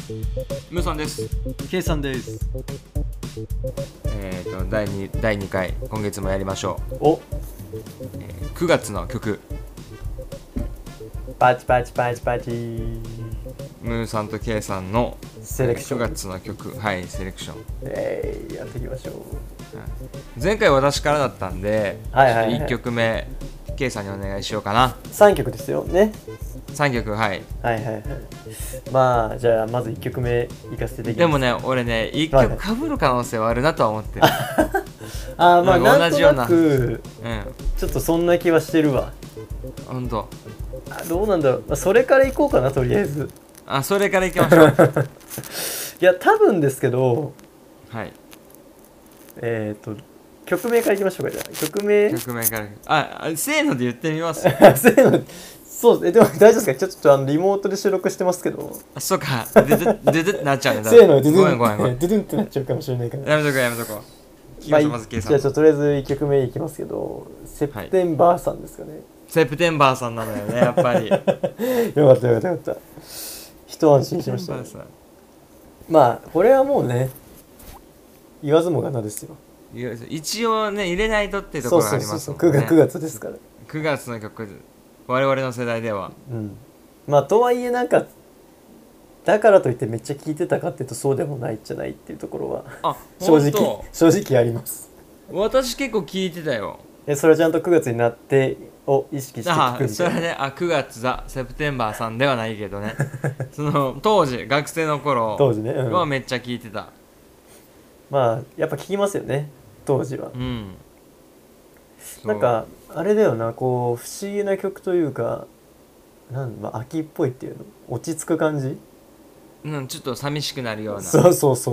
ムーさんです。 K さんです。 第2回今月もやりましょう。 お、 9月の曲、 パチパチパチパチムーさんと K さんのセレクション。 9月の曲、はいセレクション、 やっていきましょう。 前回私からだったんで、 はいはいはい、 ちょっと1曲目 K さんにお願いしようかな。 3曲ですよね。 3曲、はいはいはいはい。まあじゃあまず1曲目いかせていただきます。 でもね、俺ね1曲かぶる可能性はあるなとは思ってる。 ああ、まあなんか同じようななんとなくちょっとそんな気はしてるわ。 ほんと。 どうなんだろう、まあ、それからいこうかな、とりあえず。 それからいきましょう。 いや多分ですけど、 はい、 曲名からいきましょうか。じゃあ曲名からせーので言ってみます。 せーの。そうでも大丈夫ですか。ちょっとリモートで収録してますけど。 そうか、でってなっちゃうね。 せーのでごめんごめんごめん。 ドゥドゥンってなっちゃうかもしれないから。 やめとこう。 まあ、 まず計算。 じゃあとりあえず1曲目いきますけど、セプテンバーさんですかね。 セプテンバーさんなのよね、やっぱり。 よかったよかったよかった。一安心しました、ね。まあこれはもうね、言わずもがなですよ。 一応ね、入れないとっていうところがありますもんね。 9月ですから。 9月の曲、我々の世代では。 まあとはいえ、なんかだからといってめっちゃ聴いてたかっていうとそうでもないじゃないっていうところは正直あります。 私結構聴いてたよ。 それはちゃんと9月になってを意識して聴くみたいな。 それはね、9月だセプテンバーさんではないけどね。その当時学生の頃はめっちゃ聴いてた。 まあやっぱ聴きますよね、当時は。なんかあれだよな、こう不思議な曲というか、秋っぽいっていうの、落ち着く感じ、 ちょっと寂しくなるような。 そう、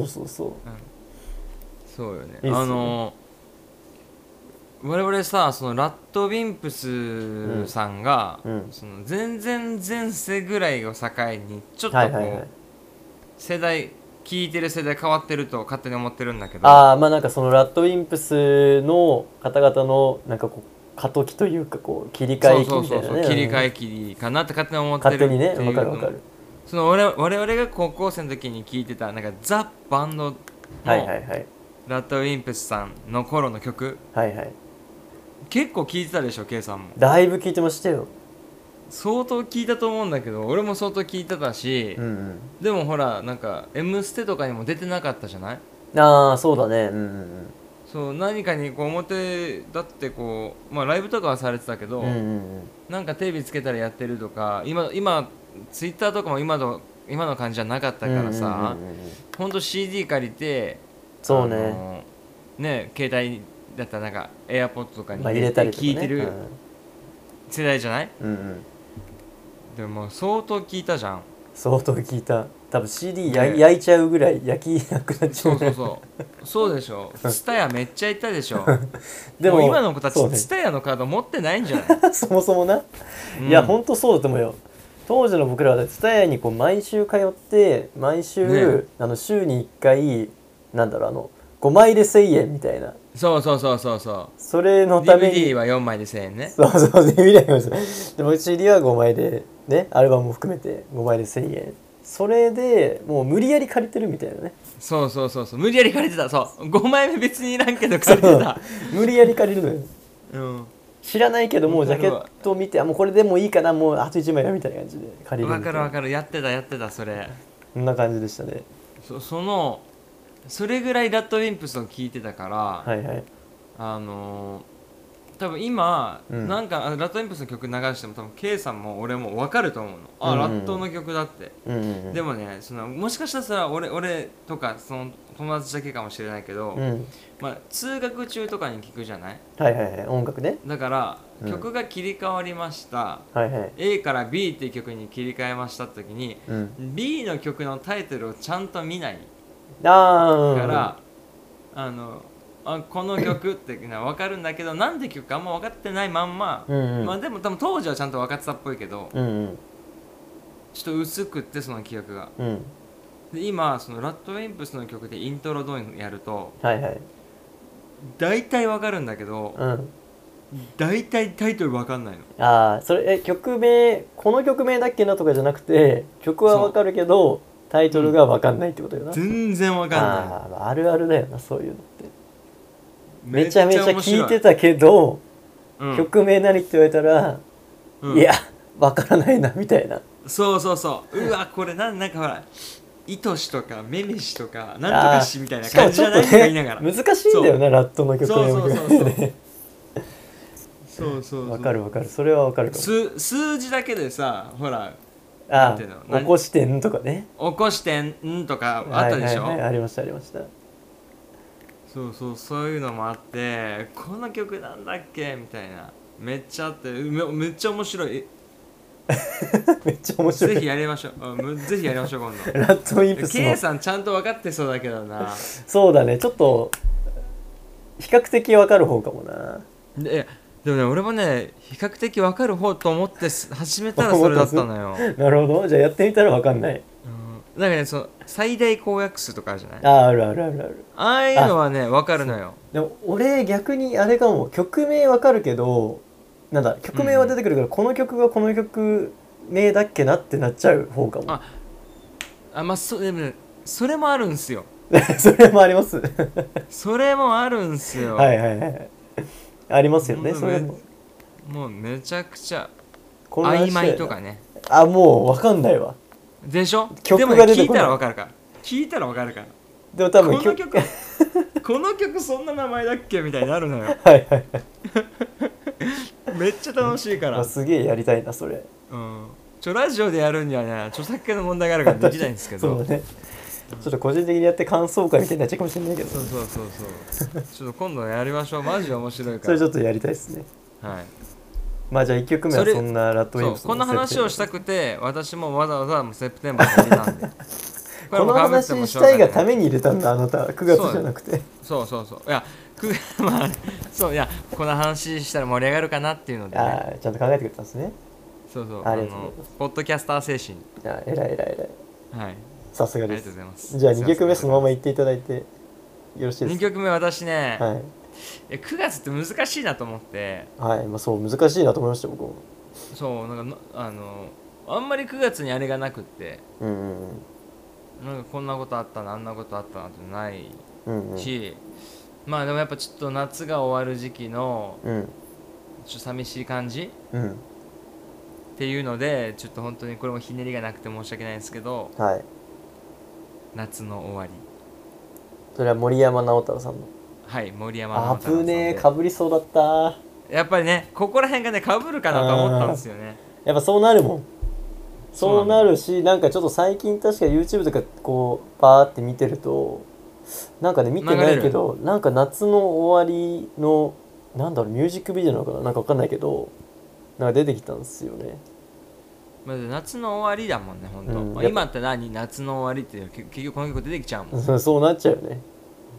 そうよね。 いいっすね。 我々さ、そのラッドウィンプスさんが、その前世ぐらいを境にちょっとこう、世代聞いてる世代変わってると勝手に思ってるんだけど。 まあなんかそのラッドウィンプスの方々のなんかこう過渡期というか、こう切り替え期みたいなね。 切り替え期かなって勝手に思ってる。 勝手にね、わかるわかる。 その我々が高校生の時に聞いてたなんかザ・バンドのラッドウィンプスさんの頃の曲、結構聞いてたでしょ、 K さんも。 だいぶ聞いてましたよ。 相当聞いたと思うんだけど、俺も相当聞いてたし、でもほらなんか「M ステ」とかにも出てなかったじゃない。 ああそうだね。 そう、何かにこう表だってこう、まあライブとかはされてたけど、なんかテレビつけたらやってるとか、今ツイッターとかも今の感じじゃなかったからさ、ほんと CD 借りて、 そうね、 携帯だったらなんか AirPod とかに入れたりとかね、 聞いてる世代じゃない。でも相当聞いたじゃん。 相当聞いた。多分 CD 焼いちゃうぐらい焼きなくなっちゃう。 そうでしょ。ツタヤめっちゃ行ったでしょ。でも今の子たちツタヤのカード持ってないんじゃないそもそもな。いやほんとそうだと思うよ。当時の僕らはツタヤにこう毎週通って、毎週、週に1回5枚で1000円みたいな。 そうそれのために DVD は4枚で1000円ね。 そう DVD は4枚でも CD は5枚でね、アルバムも含めて5枚で1000円。それでもう無理やり借りてるみたいなね。 そう無理やり借りてた。そう5枚目別にいらんけど借りてた。 無理やり借りるのよ。知らないけどもうジャケットを見て、もうこれでもいいかな、もうあと1枚だみたいな感じで借りるみたいな。 わかる、やってたそれ。 そんな感じでしたね。 それぐらいラッドウィンプスを聞いてたから、多分今、なんかラッドウィンプスの曲流しても多分 K さんも俺も分かると思うの。ラッドの曲だって。でもね、もしかしたら俺とかその友達だけかもしれないけど、通学中とかに聞くじゃない。 音楽ね。 だから、曲が切り替わりました、A から B っていう曲に切り替えましたって時に、B の曲のタイトルをちゃんと見ないから、この曲っていうのは分かるんだけど、なんで曲かあんま分かってないまんま、でも多分当時はちゃんと分かってたっぽいけど、ちょっと薄くってその記憶が。で今そのラッドウィンプスの曲でイントロドンやると、大体分かるんだけど、大体タイトル分かんないの。 それ曲名、この曲名だっけなとかじゃなくて、曲は分かるけどタイトルが分かんないってことよな、 全然分かんない。 あるあるだよなそういうのって。めちゃめちゃ聞いてたけど、曲名何って言われたら、いや分からないなみたいな。 そうそうそう、うわこれなんかほらいとしとかめめしとかなんとかしみたいな感じじゃないとか言いながら、 難しいんだよなラットの曲名も。 そうそうわかるわかる、それはわかるかも。 数字だけでさ、ほら起こしてんとかね、 起こしてんとかあったでしょ。 ありましたありました。 そうそう、そういうのもあって、この曲なんだっけみたいなめっちゃあって、めっちゃ面白い。 めっちゃ面白い。 ぜひやりましょう。ぜひやりましょう今度。 ラッドウィンプスの K さんちゃんと分かってそうだけどな。 そうだね、ちょっと比較的分かる方かもな。 でもね、俺もね比較的分かる方と思って始めたらそれだったのよ。 なるほど、じゃあやってみたら分かんない。 なんかね、その最大公約数とかあるじゃない。 あるあるあるある。 ああいうのはね分かるのよ。 でも俺逆にあれかも、曲名分かるけど、なんだ曲名は出てくるから、この曲がこの曲名だっけなってなっちゃう方かも。 まあでも、ね、それもあるんすよ。 それもありますそれもあるんすよ。 はいはいはい、ありますよね。それももうめちゃくちゃ曖昧とかね。 もう分かんないわ。 でしょ。 曲が出てこない。 でも聞いたら分かるから。聞いたら分かるから。 でも多分この曲そんな名前だっけみたいになるのよ。 はいはいはいめっちょっと楽しいから、 すげえやりたいなそれ。 ラジオでやるにはね著作権の問題があるからできないんですけどそうね、ちょっと個人的にやって感想会みたいになっちゃうかもしれないけど、 そうちょっと今度やりましょう。マジで面白いから。 それちょっとやりたいですね。 はい。 まあじゃあ1曲目はそんなラッドウィンプスのこんな話をしたくて、私もわざわざセプテンバーに入れたんでこの話したいがために入れたんだ、あなた。9月じゃなくて。 そういやまあそう、いやこの話したら盛り上がるかなっていうので、ね、 ちゃんと考えてくれたんですね。 そうありがとうございます。 ポッドキャスター精神。 偉いはい、 さすがです。 ありがとうございます。 じゃあ2曲目そのまま言っていただいてよろしいですか。2 曲目私ね、 はい、 9月って難しいなと思って。 はい、まあそう難しいなと思いました僕も。 そうなんかあんまり9月にあれがなくって、なんかこんなことあったなあんなことあったなってないし、まあでもやっぱちょっと夏が終わる時期のちょっと寂しい感じ、っていうので、ちょっと本当にこれもひねりがなくて申し訳ないんですけど、 はい、 夏の終わり。 それは森山直太朗さんの。 はい、森山直太朗さんで。 危ねえ、かぶりそうだった。 やっぱりね、ここら辺がねかぶるかなと思ったんですよね。 やっぱそうなるもん。そうなるし、なんかちょっと最近確か YouTube とかこうバーって見てると、なんかね見てないけど、なんか夏の終わりのなんだろうミュージックビデオなのかな、なんかわかんないけど、なんか出てきたんですよね。 まず夏の終わりだもんね、本当。今って何、夏の終わりって結局この曲出てきちゃうもん。 そうなっちゃうよね。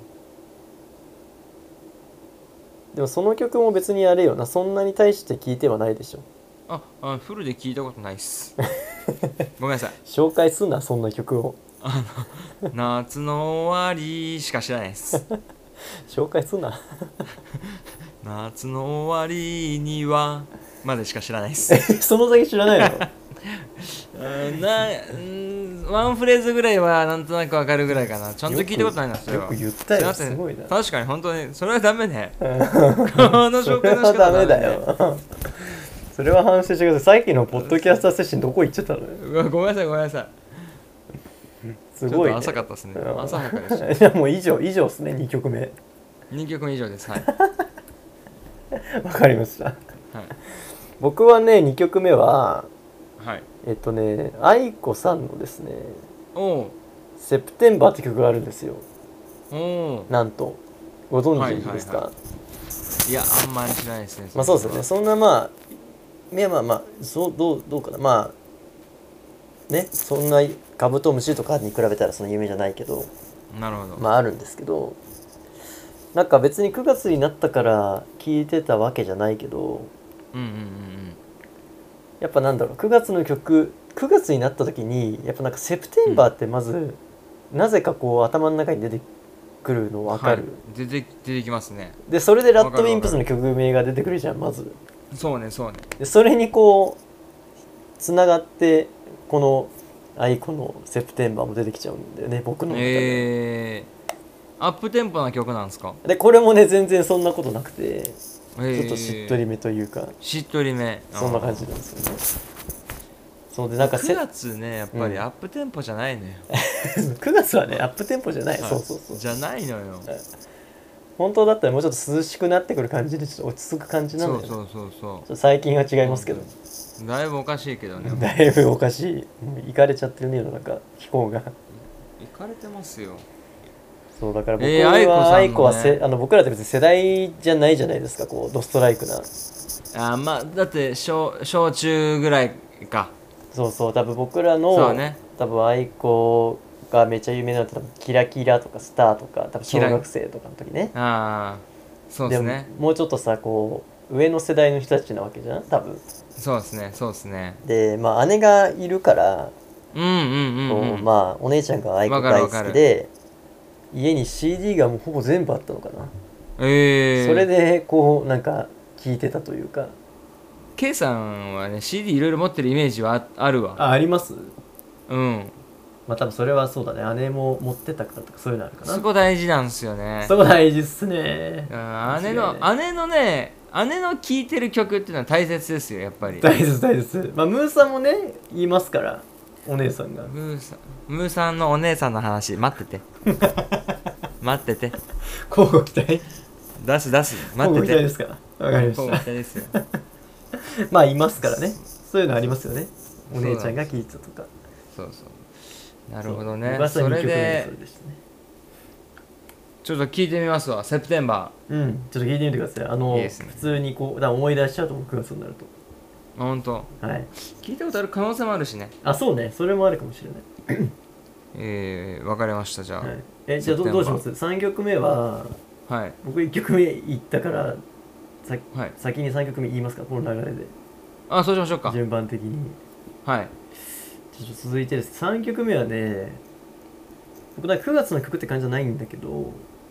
でもその曲も別にあれよな、そんなに対して聴いてはないでしょ。 フルで聞いたことないっす。ごめんなさい。 紹介すんなそんな曲を。 夏の終わりしか知らないっす。 紹介すんな。 夏の終わりにはまでしか知らないっす。 その先知らないの？ ワンフレーズぐらいはなんとなくわかるぐらいかな。ちゃんと聞いたことないな。それはよく言ったよ。すごいな。 確かに本当にそれはダメね。この紹介の仕方ダメだよ。それは反省してください。さっきのポッドキャスターセッションどこ行っちゃったのよ。 ごめんなさい。 すごい、ね、 浅かったですね。浅はかでした。 いやもう以上ですね。2曲目。 2曲目以上です。はい。 わかりました。 はい。 僕はね2曲目は。 はい、 愛子さんのですねセプテンバーって曲があるんですよ。なんとご存知ですか？ いやあんまり知らないですね。 まあそうですよね。そんなまあそうどうかな、まあね、そんなカブトムシとかに比べたらその有名じゃないけど、 なるほど。 まああるんですけど、なんか別に9月になったから聴いてたわけじゃないけど、やっぱなんだろう、9月の曲、9月になった時にやっぱなんかセプテンバーってまず、なぜかこう頭の中に出てくるの分かる、 出てきますね。 でそれでラッドウィンプスの曲名が出てくるじゃんまず。 そうね。 でそれにこうつながってこの愛子のセプテンバーも出てきちゃうんだよね、僕の中で。 アップテンポな曲なんですか？ でこれもね全然そんなことなくて、ちょっとしっとりめというか、 しっとりめ、 そんな感じなんですよね。そうでなんか 9月ねやっぱりアップテンポじゃないのよ、 9月はねアップテンポじゃない、そうそうそうじゃないのよ。 本当だったらもうちょっと涼しくなってくる感じでちょっと落ち着く感じなんだよね。そう最近は違いますけど、 だいぶおかしいけどね。 だいぶおかしい、行かれちゃってるね、世の中気候が。 行かれてますよ。 そうだから僕は愛子は僕らって別に世代じゃないじゃないですか、こうドストライクな。 まあだって小中ぐらいか。 そうそう、多分僕らの、そうね、多分愛子がめっちゃ有名なのって多分キラキラとかスターとか多分小学生とかの時ね。 そうですね。 もうちょっとさこう上の世代の人たちなわけじゃん多分。 そうですねそうですね。 でまあ姉がいるからまあお姉ちゃんが愛子大好きで家に CD がもうほぼ全部あったのかな。それでこうなんか聴いてたというか。 K さんはね CD いろいろ持ってるイメージはあるわ。 あります？ うん。 まあ多分それはそうだね、姉も持ってたからとかそういうのあるかな。 そこ大事なんですよね。 そこ大事っすね。 姉のね姉の聴いてる曲っていうのは大切ですよやっぱり。 大切。まあムーさんもね言いますからお姉さんが。ムーさんのお姉さんの話待ってて待ってて。 交互期待。 出す待ってて。 交互期待ですから。わかりました。交互期待ですよまあいますからね、そういうのありますよね、お姉ちゃんが聴いてたとか。 そうなるほどね。それでちょっと聞いてみますわ、セプテンバー。ちょっと聞いてみてください。いいですね、普通にこう思い出しちゃうと9月になると。 本当。はい。聞いたことある可能性もあるしね。 そうね、それもあるかもしれない。 わかりました。じゃあじゃあどうします？ 3 曲目は僕1曲目言ったから先に3曲目言いますか、この流れで。 そうしましょうか、 順番的に。ちょっと続いてです。3曲目はね、僕9月の曲って感じじゃないんだけど、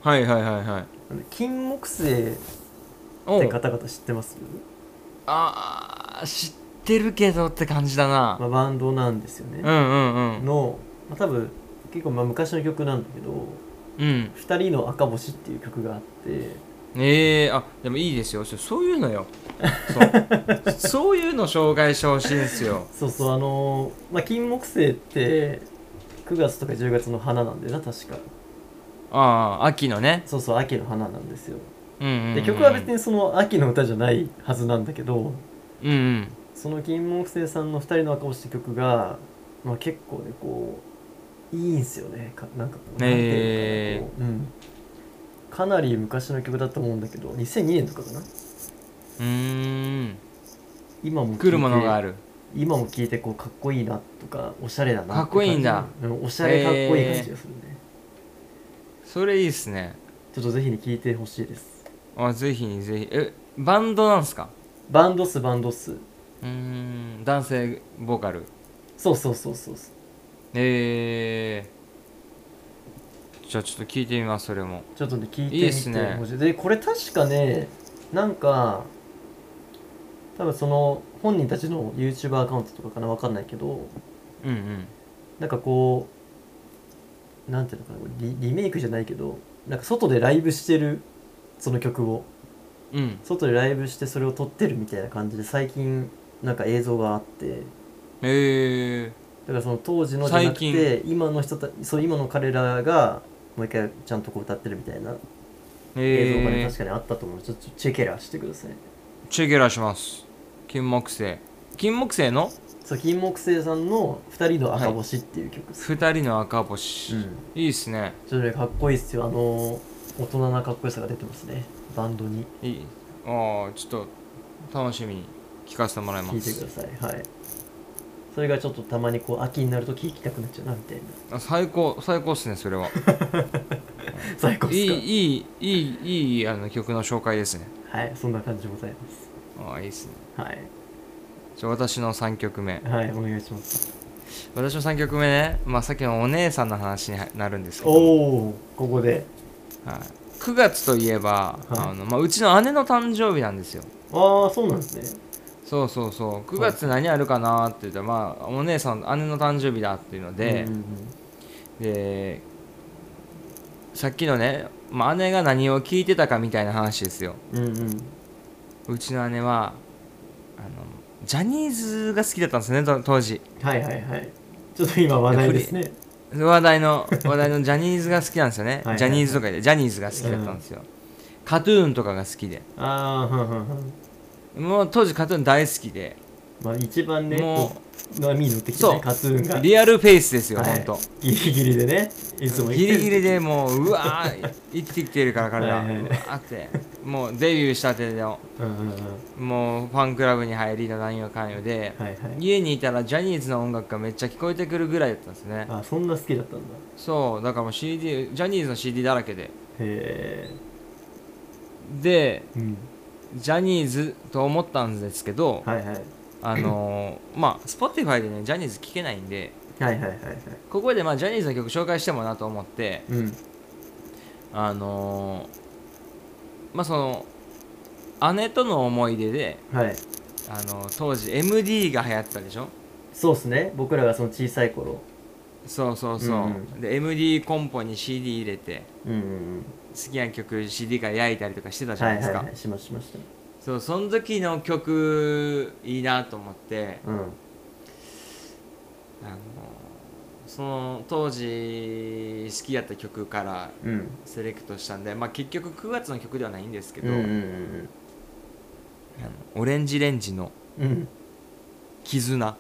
金木犀って方々知ってます？ 知ってるけどって感じだな。 バンドなんですよね。の多分結構昔の曲なんだけど、2人の赤星っていう曲があって、 でもいいですよ、そういうのよそういうの紹介してほしいんですよ。 金木犀って9月とか10月の花なんでな、確か。 秋のね。 そう秋の花なんですよ。で曲は別にその秋の歌じゃないはずなんだけど、その金木犀さんの2人の赤星って曲が、結構ねこういいんすよね。なんかこうなんていうのかな、かなり昔の曲だと思うんだけど、2002年とかかな。今も来るものがある。 今も聴いてこうかっこいいなとかおしゃれだなってかっこいいんだ。 おしゃれかっこいい感じがするね。 それいいっすね。 ちょっとぜひに聴いてほしいです。 ぜひにぜひ。バンドなんすか？ バンドっす。 男性ボーカル。 そう。 じゃあちょっと聞いてみます。それもちょっとね聞いてみて。いいっすね。でこれ確かね、なんか多分その本人たちの YouTuber アカウントとかかな、分かんないけど、なんかこうなんていうのかな、リメイクじゃないけど、なんか外でライブしてるその曲を、外でライブしてそれを撮ってるみたいな感じで最近なんか映像があって、だからその当時のじゃなくて今の人今の彼らがもう一回ちゃんとこう歌ってるみたいな映像がね確かにあったと思うので、ちょっとチェケラしてください。 チェケラします。金木犀の金木犀さんの2人の赤星っていう曲です。 2人の赤星、いいっすね。 ちょっとねかっこいいっすよ。大人なかっこよさが出てますね、バンドに。 いい。ちょっと楽しみに聴かせてもらいます。 聴いてください。それがちょっとたまにこう秋になると聴きたくなっちゃうなみたいな。 最高っすね、それは最高っすか。 いい曲の紹介ですね。 そんな感じでございます。 いいっすね。じゃあ私の3曲目。 お願いします。 私の3曲目ね、さっきのお姉さんの話になるんですけど、 ここで、 9月といえば、うちの姉の誕生日なんですよ。 そうなんですね。 そうそうそう、9月何あるかなって言ったら、まあお姉さん姉の誕生日だっていうので、でさっきのね、まあ、姉が何を聞いてたかみたいな話ですよ。うちの姉はジャニーズが好きだったんですね、当時。 はいはいはい。ちょっと今話題ですね。 話題のジャニーズが好きなんですよね。ジャニーズとかでジャニーズが好きだったんですよ。カトゥーンとかが好きで。もう当時カトゥーン大好きで。 まあ一番ね、もう波に乗ってきてね、カトゥーンが。 リアルフェイスですよ、ほんと。 ギリギリでね、いつもギリギリでもう、うわー、生きてきてるから彼ら。うわーって。もうデビューしたてでもうファンクラブに入りの何よかんよで、家にいたらジャニーズの音楽がめっちゃ聞こえてくるぐらいだったんですね。 あ、そんな好きだったんだ。 そう、だからもう CD、ジャニーズの CD だらけで。 へえ。 で、ジャニーズと思ったんですけど、まあ Spotify でねジャニーズ聴けないんで、ここでまあジャニーズの曲紹介してもなと思って、まあその姉との思い出で、当時 MD が流行ったでしょ。 そうっすね、僕らがその小さい頃。 そうそうそう、で MD コンポに CD 入れて、好きな曲 CD から焼いたりとかしてたじゃないですか。 しました。 そう、その時の曲いいなと思って、その当時好きやった曲からセレクトしたんで、まあ結局9月の曲ではないんですけど、オレンジレンジの「絆」。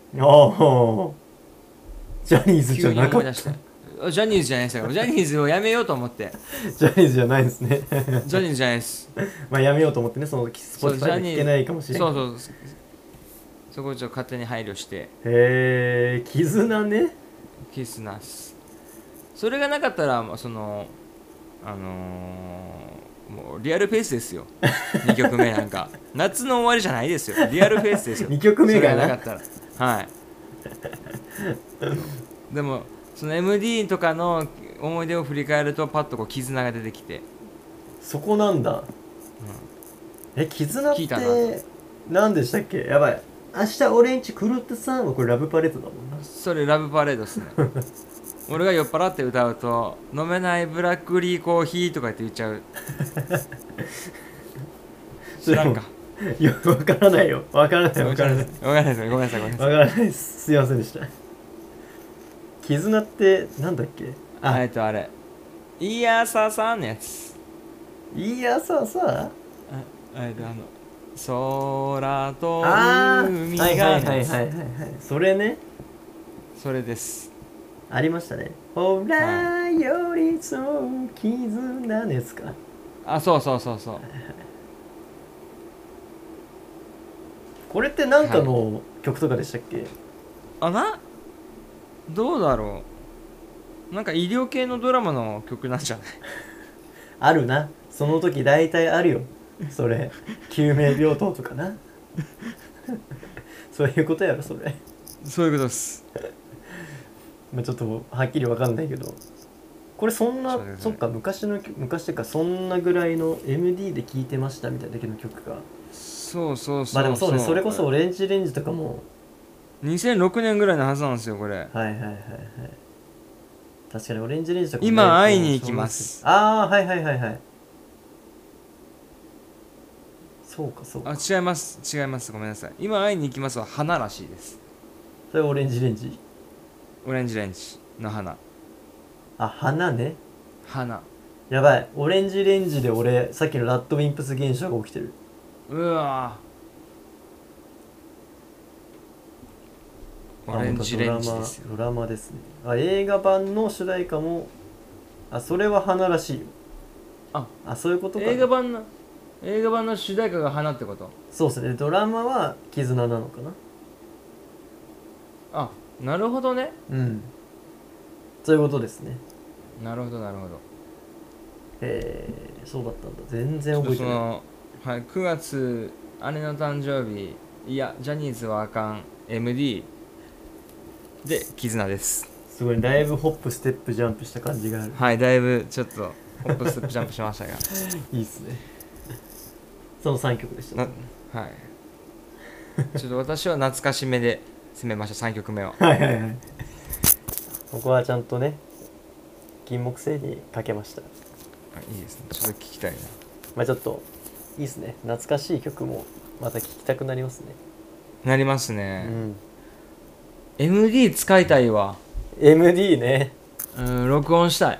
ジャニーズじゃなかった。 ジャニーズじゃないですよ。ジャニーズをやめようと思って。 ジャニーズじゃないですね。 ジャニーズじゃないです。 まあやめようと思ってね、そのスポーツファイで聞けないかもしれない。そうそこちょっと勝手に配慮して。 へえ、絆ね。 絆です。それがなかったらそのもうリアルフェイスですよ。2曲目なんか夏の終わりじゃないですよ。リアルフェイスですよ。 2曲目がなかったら、はい。でもその MD とかの思い出を振り返るとパッとこう絆が出てきて、 そこなんだ。絆って何でしたっけ。やばい。明日俺んち狂ってさんはこれラブパレードだもんな。 それラブパレードっすね。俺が酔っ払って歌うと飲めないブラックリーコーヒーとか言って言っちゃう。知らんか。 いや、わからないよ。わからない。 ごめんなさい。ごめんなさい。 わからないです。すいませんでした。絆ってなんだっけ。 あれいやささのやつ。 いやささ空と海が、 それね。 それです。 ありましたね。ほらよりそう絆のやつか。 あ、そう。 これってなんかの曲とかでしたっけ。 どうだろう。なんか医療系のドラマの曲なんじゃない。 あるな、その時大体あるよ。それ救命病棟とかな。そういうことやろそれ。 そういうことです。 まあちょっとはっきり分かんないけど、これそんな、そっか、昔ってかそんなぐらいの MD で聴いてましたみたいなだけの曲か。 そうまあでもそうね、それこそオレンジレンジとかも 2006年ぐらいのはずなんですよこれ。 確かにオレンジレンジとか今会いに行きます。 はいそうか違いますごめんなさい。今会いに行きますは花らしいです。 それオレンジレンジの花。 花ね。 花。 やばい、オレンジレンジで俺さっきのラッドウィンプス現象が起きてる。 うわオレンジレンジですよ。 ドラマですね。映画版の主題歌もそれは花らしいよ。そういうことか。 映画版の主題歌が花ってこと。 そうですね。ドラマは絆なのかな。なるほどね。 そういうことですね。 なるほど。 そうだったんだ。全然覚えてない。 はい、9月姉の誕生日、いやジャニーズはあかん MD で絆です。 すごい、だいぶホップステップジャンプした感じがある。 はい、だいぶちょっとホップステップジャンプしましたがいいっすね。その3曲でした、ね。 はい。 ちょっと私は懐かしめで攻めました3曲目は。 はいはいはい。僕はちゃんとね金木犀にかけました。 いいですね、ちょっと聞きたいな。 まあちょっといいですね、懐かしい曲もまた聴きたくなりますね。 なりますね、MD 使いたいわ。 MD ね。 録音したい。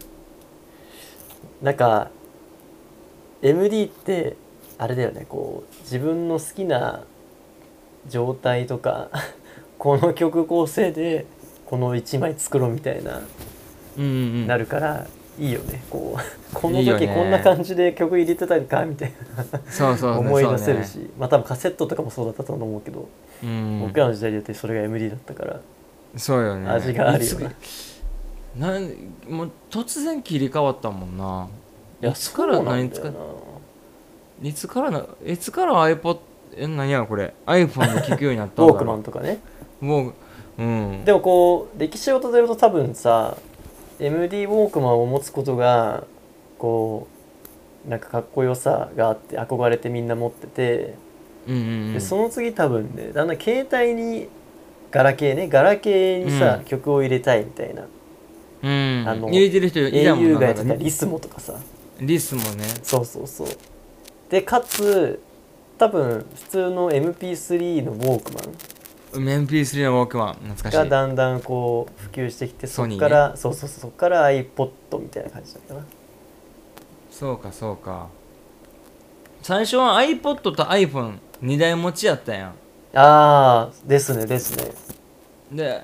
なんか MD ってあれだよね、こう自分の好きな状態とかこの曲構成でこの1枚作ろうみたいな、なるからいいよね。こうこの時こんな感じで曲入れてたかみたいな思い出せるし、まあ多分カセットとかもそうだったと思うけど、僕らの時代でってそれが MD だったから、 そうよね、 味があるよね。 もう突然切り替わったもんな。 いつから何使う、 いつから iPod 何やこれ iPhone で聞くようになったんだろう。ウォークマンとかね。 でもこう歴史をたどると多分さ、MD ウォークマンを持つことがこうなんかかっこよさがあって憧れてみんな持ってて、でその次多分ねだんだん携帯にガラケーにさ、曲を入れたいみたいな、 入れてる人いたもんな。 au がやってたリスモとかさ。 リスモね。 そうでかつ多分普通の MP3 のウォークマン MP3 のウォークマン懐かしいがだんだんこう普及してきて、そこから、そこから iPod みたいな感じだったかな。 そうか最初は iPod と iPhone2 台持ちやったやん。 ですねで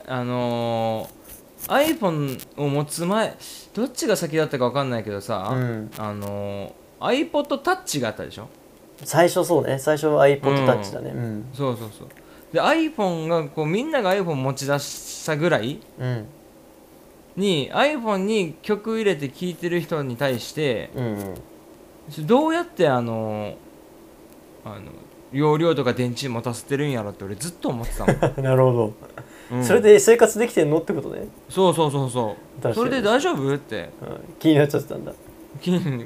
iPhone を持つ前どっちが先だったか分かんないけどさ、iPod タッチがあったでしょ最初。そうね、最初は iPod タッチだね。 そうで iPhone がこうみんなが iPhone 持ち出したぐらい、に iPhone に曲入れて聴いてる人に対して、どうやって容量とか電池持たせてるんやろって俺ずっと思ってたもん。 なるほど、それで生活できてんのってことね。 そうそれで大丈夫って、 気になっちゃってたんだ。 聞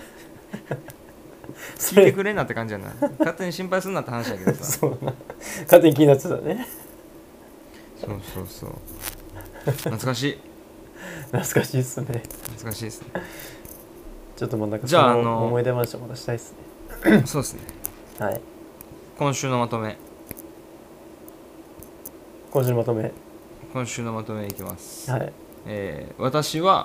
いてくれんなって感じやな。勝手に心配すんなって話やけどさ。 そうな、勝手に気になってたね。 そう懐かしいっすね。 ちょっともうなんかその思い出話をまたしたいっすね。そうですね。 はい。 今週のまとめいきます。 はい。 私は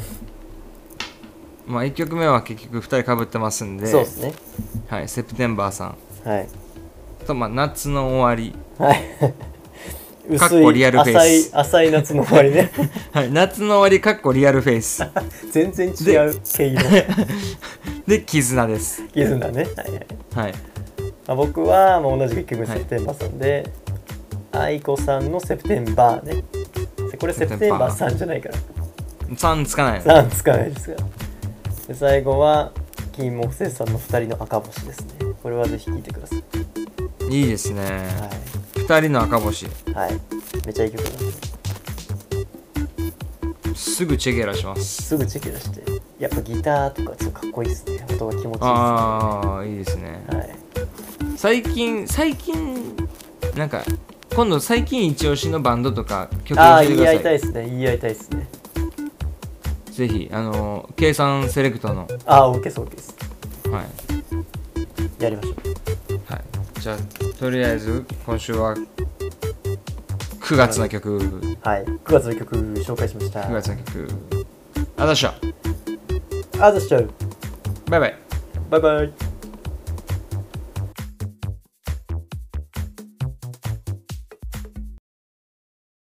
まあ1曲目は結局2人かぶってますんで、 そうですね。 はい、セプテンバーさん。 はい。 とまあ夏の終わり。 はい。 かっこリアルフェイス。 浅い夏の終わりね。 はい、夏の終わりかっこリアルフェイス。 全然違う毛色。 で絆です。 絆ね。はい。僕は同じく1曲目セプテンバーさんで、愛子さんのセプテンバーね。これセプテンバーさんじゃないから。 3つかない。 3つかないですが。で最後は金木犀さんの2人の赤星ですね。これはぜひ聴いてください。 いいですね。2人の赤星。 はい。めっちゃいい曲なんで。 すぐチェケラします。 すぐチェケラして。やっぱギターとかちょっとかっこいいですね。音が気持ちいいですね。 いいですね。 はい。 最近なんか今度最近一押しのバンドとか曲教えてください。言い合いたいですね。 ぜひ計算セレクトの OK です。 はい。 やりましょう。 はい。じゃあとりあえず今週は9月の曲。 はい。9月の曲紹介しました。 9月の曲。あざっしゃ。 あざっしゃ。 バイバイ。 バイバイ。